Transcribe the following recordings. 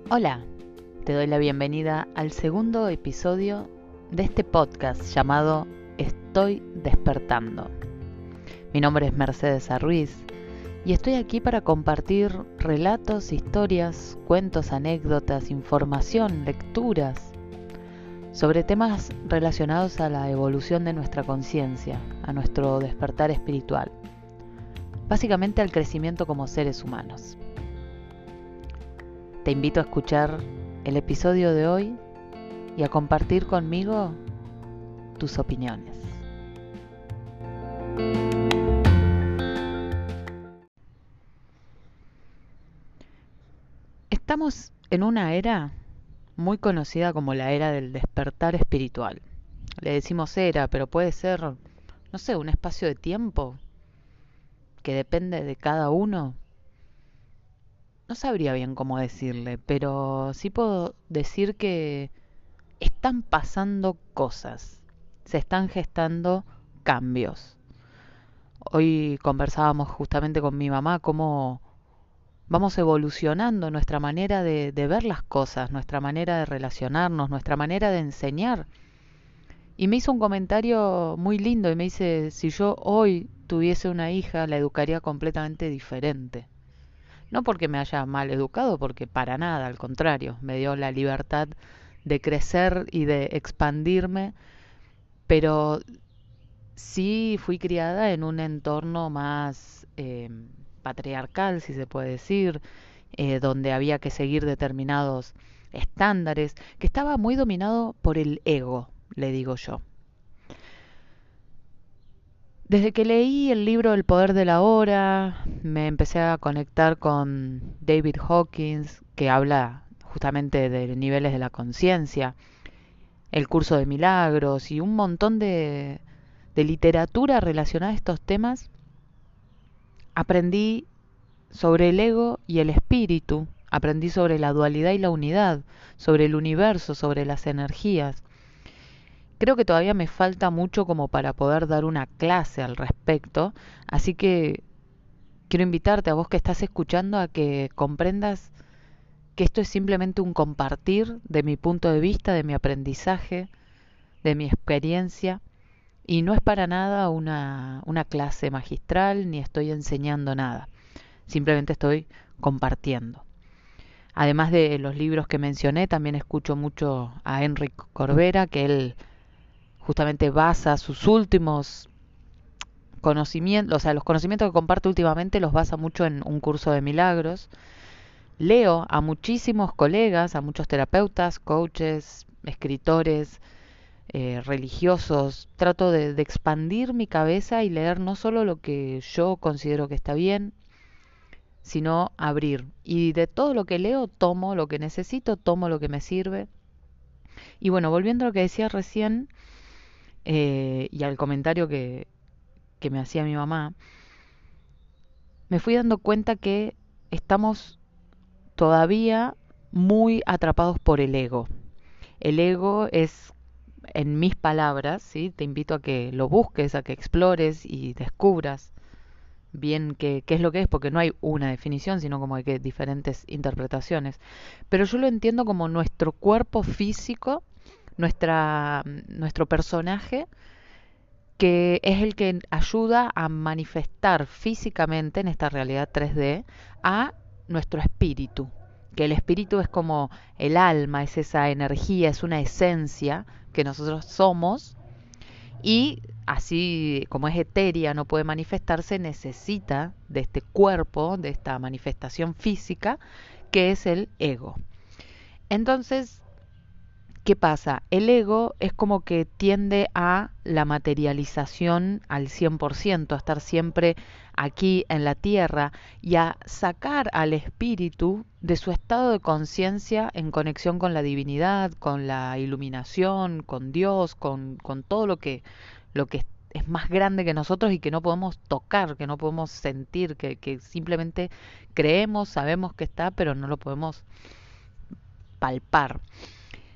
Hola, te doy la bienvenida al segundo episodio de este podcast llamado Estoy despertando. Mi nombre es Mercedes Arruiz y estoy aquí para compartir relatos, historias, cuentos, anécdotas, información, lecturas sobre temas relacionados a la evolución de nuestra conciencia, a nuestro despertar espiritual, básicamente al crecimiento como seres humanos. Te invito a escuchar el episodio de hoy y a compartir conmigo tus opiniones. Estamos en una era muy conocida como la era del despertar espiritual. Le decimos era, pero puede ser, no sé, un espacio de tiempo que depende de cada uno. No sabría bien cómo decirle, pero sí puedo decir que están pasando cosas, se están gestando cambios. Hoy conversábamos justamente con mi mamá cómo vamos evolucionando nuestra manera de ver las cosas, nuestra manera de relacionarnos, nuestra manera de enseñar. Y me hizo un comentario muy lindo y me dice, si yo hoy tuviese una hija, la educaría completamente diferente. No porque me haya mal educado, porque para nada, al contrario, me dio la libertad de crecer y de expandirme, pero sí fui criada en un entorno más patriarcal, si se puede decir, donde había que seguir determinados estándares, que estaba muy dominado por el ego, le digo yo. Desde que leí el libro El poder de la hora, me empecé a conectar con David Hawkins, que habla justamente de niveles de la conciencia, el curso de milagros y un montón de literatura relacionada a estos temas. Aprendí sobre el ego y el espíritu, aprendí sobre la dualidad y la unidad, sobre el universo, sobre las energías. Creo que todavía me falta mucho como para poder dar una clase al respecto, así que quiero invitarte a vos que estás escuchando a que comprendas que esto es simplemente un compartir de mi punto de vista, de mi aprendizaje, de mi experiencia, y no es para nada una clase magistral ni estoy enseñando nada, simplemente estoy compartiendo. Además de los libros que mencioné, también escucho mucho a Enric Corbera, que él justamente basa sus últimos conocimientos, o sea, los conocimientos que comparte últimamente los basa mucho en un curso de milagros. Leo a muchísimos colegas, a muchos terapeutas, coaches, escritores, religiosos. Trato de expandir mi cabeza y leer no solo lo que yo considero que está bien, sino abrir. Y de todo lo que leo, tomo lo que necesito, tomo lo que me sirve. Y bueno, volviendo a lo que decía recién y al comentario que me hacía mi mamá, me fui dando cuenta que estamos todavía muy atrapados por el ego. El ego es, en mis palabras, ¿sí? Te invito a que lo busques, a que explores y descubras bien qué es lo que es, porque no hay una definición, sino como que diferentes interpretaciones. Pero yo lo entiendo como nuestro cuerpo físico, nuestro personaje, que es el que ayuda a manifestar físicamente en esta realidad 3D a nuestro espíritu, que el espíritu es como el alma, es esa energía, es una esencia que nosotros somos y así como es etérea, no puede manifestarse, necesita de este cuerpo, de esta manifestación física, que es el ego. Entonces, ¿qué pasa? El ego es como que tiende a la materialización al 100%, a estar siempre aquí en la tierra y a sacar al espíritu de su estado de conciencia en conexión con la divinidad, con la iluminación, con Dios, con todo lo que es más grande que nosotros y que no podemos tocar, que no podemos sentir, que simplemente creemos, sabemos que está, pero no lo podemos palpar.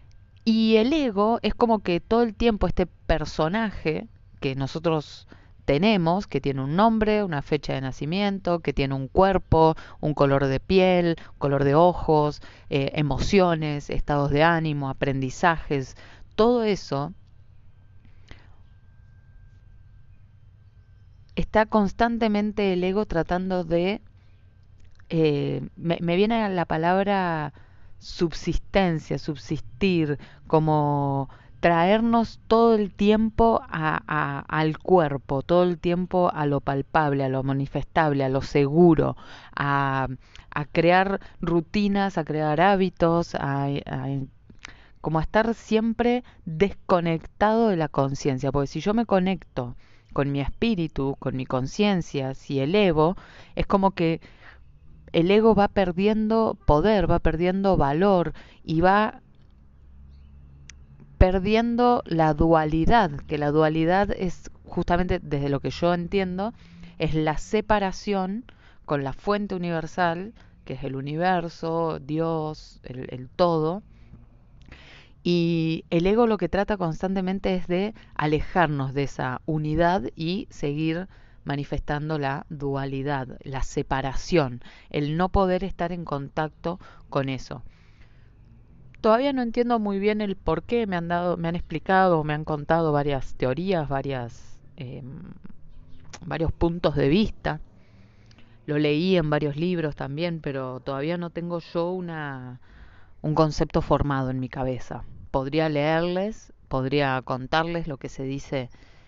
Y el ego es como que todo el tiempo este personaje que nosotros tenemos, que tiene un nombre, una fecha de nacimiento, que tiene un cuerpo, un color de piel, color de ojos, emociones, estados de ánimo, aprendizajes, todo eso está constantemente el ego tratando de, me viene la palabra subsistencia, subsistir, como traernos todo el tiempo al cuerpo, todo el tiempo a lo palpable, a lo manifestable, a lo seguro, a, a crear rutinas, a crear hábitos, como a estar siempre desconectado de la conciencia, porque si yo me conecto con mi espíritu, con mi conciencia, si elevo, es como que el ego va perdiendo poder, va perdiendo valor y va perdiendo la dualidad, que la dualidad es justamente, desde lo que yo entiendo, es la separación con la fuente universal, que es el universo, Dios, el todo, y el ego lo que trata constantemente es de alejarnos de esa unidad y seguir manifestando la dualidad, la separación, el no poder estar en contacto con eso. Todavía no entiendo muy bien el por qué, me han explicado, me han contado varias teorías, varios puntos de vista. Lo leí en varios libros también, pero todavía no tengo yo un concepto formado en mi cabeza. Podría leerles, podría contarles lo que se dice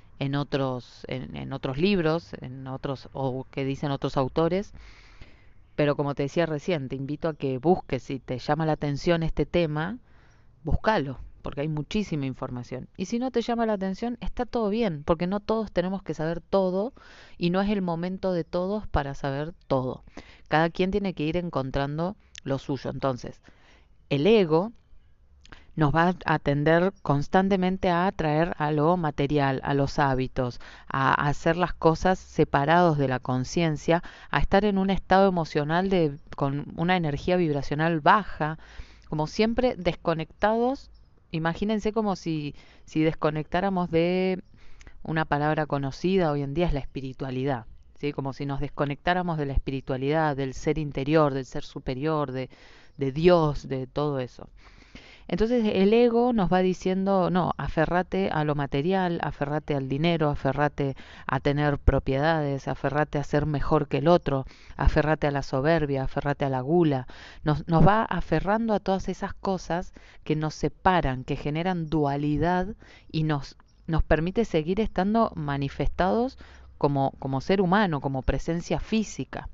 en otros libros, en otros, o que dicen otros autores, pero como te decía recién, te invito a que busques, si te llama la atención este tema, búscalo, porque hay muchísima información. Y si no te llama la atención, está todo bien, porque no todos tenemos que saber todo y no es el momento de todos para saber todo. Cada quien tiene que ir encontrando lo suyo. Entonces, el ego nos va a tender constantemente a atraer a lo material, a los hábitos, a hacer las cosas separados de la conciencia, a estar en un estado emocional con una energía vibracional baja, como siempre desconectados. Imagínense como si desconectáramos de una palabra conocida hoy en día, es la espiritualidad. ¿Sí? Como si nos desconectáramos de la espiritualidad, del ser interior, del ser superior, de Dios, de todo eso. Entonces el ego nos va diciendo, no, aferrate a lo material, aferrate al dinero, aferrate a tener propiedades, aferrate a ser mejor que el otro, aferrate a la soberbia, aferrate a la gula. Nos va aferrando a todas esas cosas que nos separan, que generan dualidad y nos permite seguir estando manifestados como ser humano, como presencia física.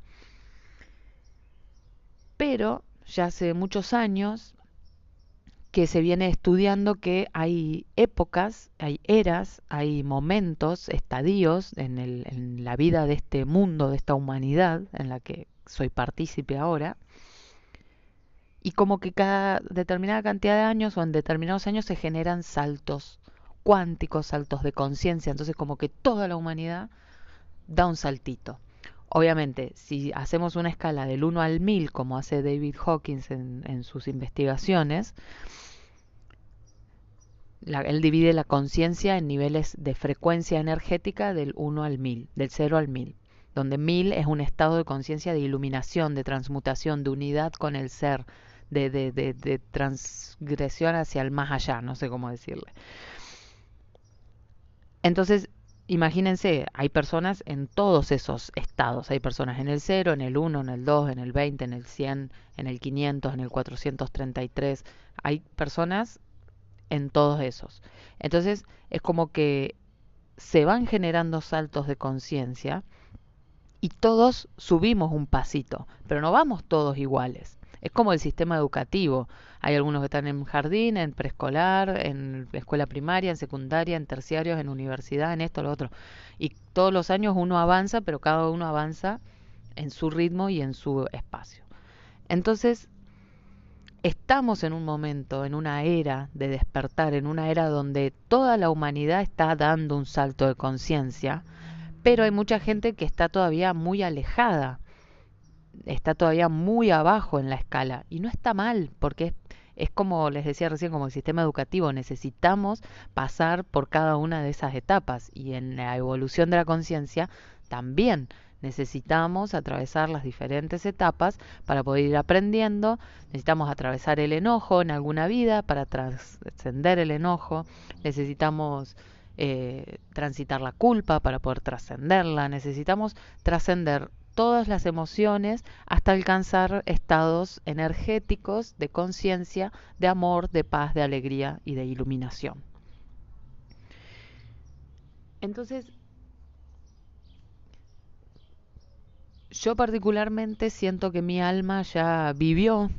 Pero ya hace muchos años que se viene estudiando que hay épocas, hay eras, hay momentos, estadios en la vida de este mundo, de esta humanidad en la que soy partícipe ahora, y como que cada determinada cantidad de años o en determinados años se generan saltos cuánticos, saltos de conciencia, entonces como que toda la humanidad da un saltito. Obviamente, si hacemos una escala del 1 al 1000, como hace David Hawkins en sus investigaciones, él divide la conciencia en niveles de frecuencia energética del 1 al 1000, del 0 al 1000, donde 1000 es un estado de conciencia de iluminación, de transmutación, de unidad con el ser, de transgresión hacia el más allá, no sé cómo decirle. Entonces, imagínense, hay personas en todos esos estados. Hay personas en el 0, en el 1, en el 2, en el 20, en el 100, en el 500, en el 433. Hay personas en todos esos. Entonces, es como que se van generando saltos de conciencia y todos subimos un pasito, pero no vamos todos iguales. Es como el sistema educativo. Hay algunos que están en jardín, en preescolar, en escuela primaria, en secundaria, en terciarios, en universidad, en esto, lo otro. Y todos los años uno avanza, pero cada uno avanza en su ritmo y en su espacio. Entonces, estamos en un momento, en una era de despertar, en una era donde toda la humanidad está dando un salto de conciencia, pero hay mucha gente que está todavía muy alejada, está todavía muy abajo en la escala y no está mal porque Es como les decía recién, como el sistema educativo, necesitamos pasar por cada una de esas etapas y en la evolución de la conciencia también necesitamos atravesar las diferentes etapas para poder ir aprendiendo. Necesitamos atravesar el enojo en alguna vida para trascender el enojo. Necesitamos transitar la culpa para poder trascenderla. Necesitamos trascender todas las emociones hasta alcanzar estados energéticos de conciencia, de amor, de paz, de alegría y de iluminación. Entonces, yo particularmente siento que mi alma ya vivió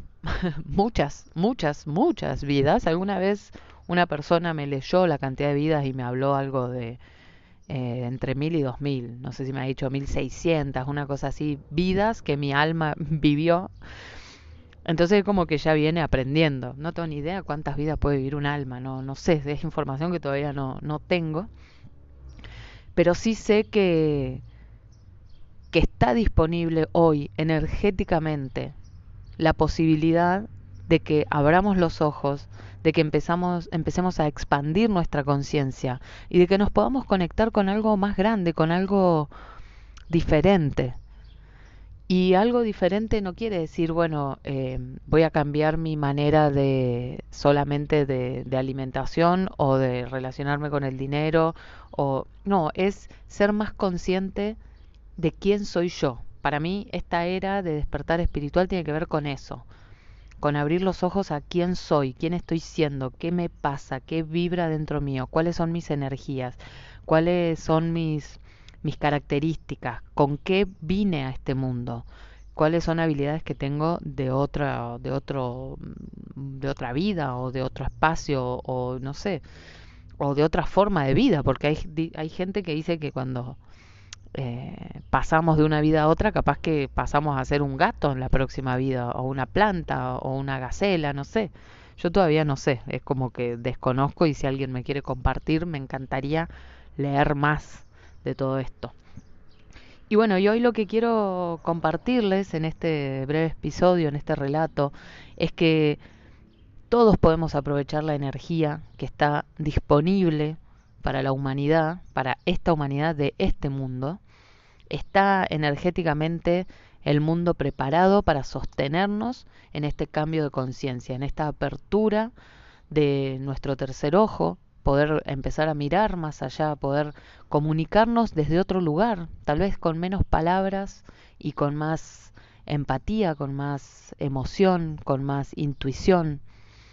muchas vidas. Alguna vez una persona me leyó la cantidad de vidas y me habló algo de entre 1000 y 2000. No sé si me ha dicho 1600, una cosa así. Vidas que mi alma vivió. Entonces como que ya viene aprendiendo. No tengo ni idea cuántas vidas puede vivir un alma. No sé, es información que todavía no tengo. Pero sí sé que está disponible hoy energéticamente la posibilidad de que abramos los ojos, de que empecemos a expandir nuestra conciencia y de que nos podamos conectar con algo más grande, con algo diferente. Y algo diferente no quiere decir, bueno, voy a cambiar mi manera de solamente de alimentación o de relacionarme con el dinero, o no, es ser más consciente de quién soy yo. Para mí, esta era de despertar espiritual tiene que ver con eso, con abrir los ojos a quién soy, quién estoy siendo, qué me pasa, qué vibra dentro mío, cuáles son mis energías, cuáles son mis características, con qué vine a este mundo, cuáles son habilidades que tengo de otra vida o de otro espacio o no sé, o de otra forma de vida, porque hay gente que dice que cuando pasamos de una vida a otra, capaz que pasamos a ser un gato en la próxima vida, o una planta, o una gacela, no sé. Yo todavía no sé, es como que desconozco y si alguien me quiere compartir, me encantaría leer más de todo esto. Y bueno, y hoy lo que quiero compartirles en este breve episodio, en este relato, es que todos podemos aprovechar la energía que está disponible para la humanidad, para esta humanidad de este mundo. ¿Está energéticamente el mundo preparado para sostenernos en este cambio de conciencia, en esta apertura de nuestro tercer ojo, poder empezar a mirar más allá, poder comunicarnos desde otro lugar, tal vez con menos palabras y con más empatía, con más emoción, con más intuición?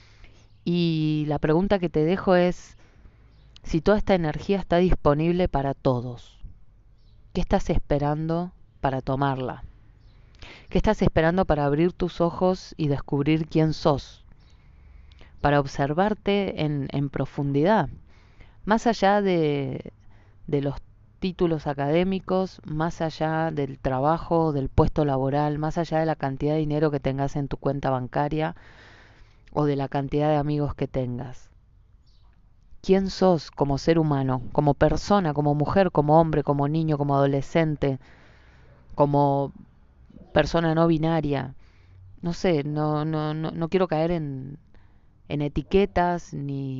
Y la pregunta que te dejo es si toda esta energía está disponible para todos. ¿Qué estás esperando para tomarla? ¿Qué estás esperando para abrir tus ojos y descubrir quién sos? Para observarte en profundidad, más allá de los títulos académicos, más allá del trabajo, del puesto laboral, más allá de la cantidad de dinero que tengas en tu cuenta bancaria o de la cantidad de amigos que tengas. ¿Quién sos como ser humano, como persona, como mujer, como hombre, como niño, como adolescente, como persona no binaria? No sé, no quiero caer en etiquetas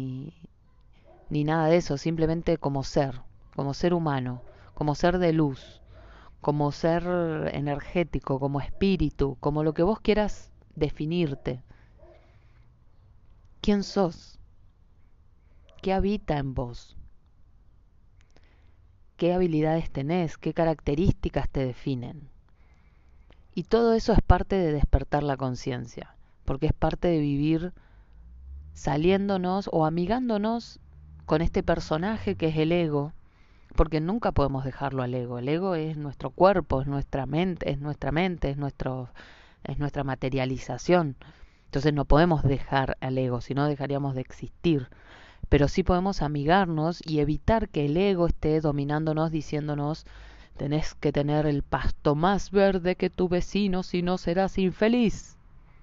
ni nada de eso, simplemente como ser humano, como ser de luz, como ser energético, como espíritu, como lo que vos quieras definirte. ¿Quién sos? ¿Qué habita en vos? ¿Qué habilidades tenés? ¿Qué características te definen? Y todo eso es parte de despertar la conciencia, porque es parte de vivir saliéndonos o amigándonos con este personaje que es el ego, porque nunca podemos dejarlo al ego. El ego es nuestro cuerpo, es nuestra mente, es nuestra materialización. Entonces no podemos dejar al ego, si no dejaríamos de existir. Pero sí podemos amigarnos y evitar que el ego esté dominándonos, diciéndonos: tenés que tener el pasto más verde que tu vecino, si no serás infeliz.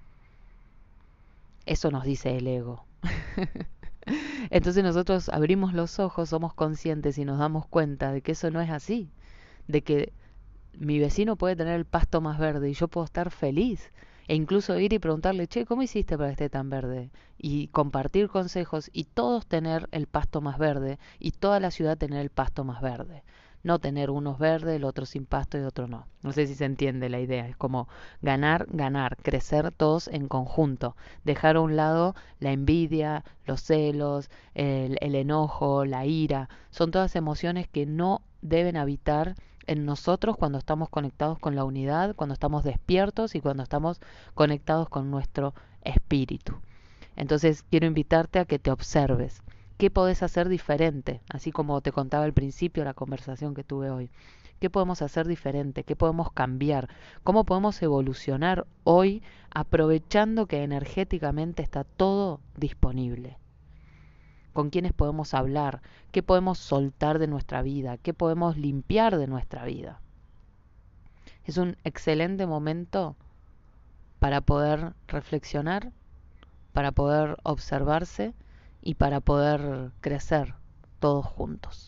Eso nos dice el ego. Entonces nosotros abrimos los ojos, somos conscientes y nos damos cuenta de que eso no es así, de que mi vecino puede tener el pasto más verde y yo puedo estar feliz E incluso ir y preguntarle, che, ¿cómo hiciste para que esté tan verde? Y compartir consejos y todos tener el pasto más verde y toda la ciudad tener el pasto más verde. No tener unos verdes, el otro sin pasto y otro no. No sé si se entiende la idea. Es como ganar, ganar, crecer todos en conjunto. Dejar a un lado la envidia, los celos, el enojo, la ira. Son todas emociones que no deben habitar en nosotros cuando estamos conectados con la unidad, cuando estamos despiertos y cuando estamos conectados con nuestro espíritu. Entonces quiero invitarte a que te observes. ¿Qué podés hacer diferente? Así como te contaba al principio de la conversación que tuve hoy. ¿Qué podemos hacer diferente? ¿Qué podemos cambiar? ¿Cómo podemos evolucionar hoy aprovechando que energéticamente está todo disponible? ¿Con quiénes podemos hablar? ¿Qué podemos soltar de nuestra vida? ¿Qué podemos limpiar de nuestra vida? Es un excelente momento para poder reflexionar, para poder observarse y para poder crecer todos juntos.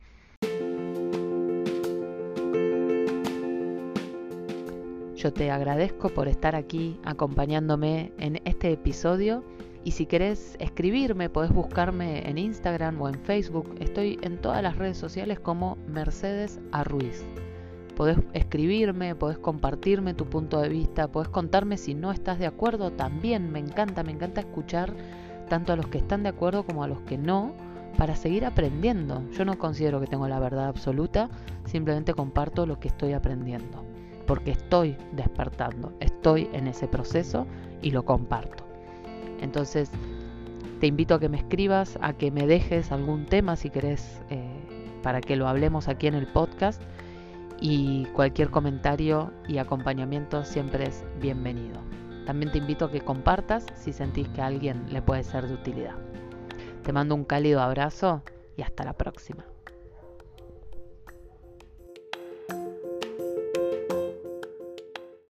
Yo te agradezco por estar aquí acompañándome en este episodio y si querés escribirme podés buscarme en Instagram o en Facebook. Estoy en todas las redes sociales como Mercedes Arruiz. Podés escribirme, podés compartirme tu punto de vista, podés contarme si no estás de acuerdo. También me encanta escuchar tanto a los que están de acuerdo como a los que no, para seguir aprendiendo. Yo no considero que tengo la verdad absoluta, simplemente comparto lo que estoy aprendiendo, porque estoy despertando, estoy en ese proceso y lo comparto. Entonces, te invito a que me escribas, a que me dejes algún tema si querés, para que lo hablemos aquí en el podcast, y cualquier comentario y acompañamiento siempre es bienvenido. También te invito a que compartas si sentís que a alguien le puede ser de utilidad. Te mando un cálido abrazo y hasta la próxima.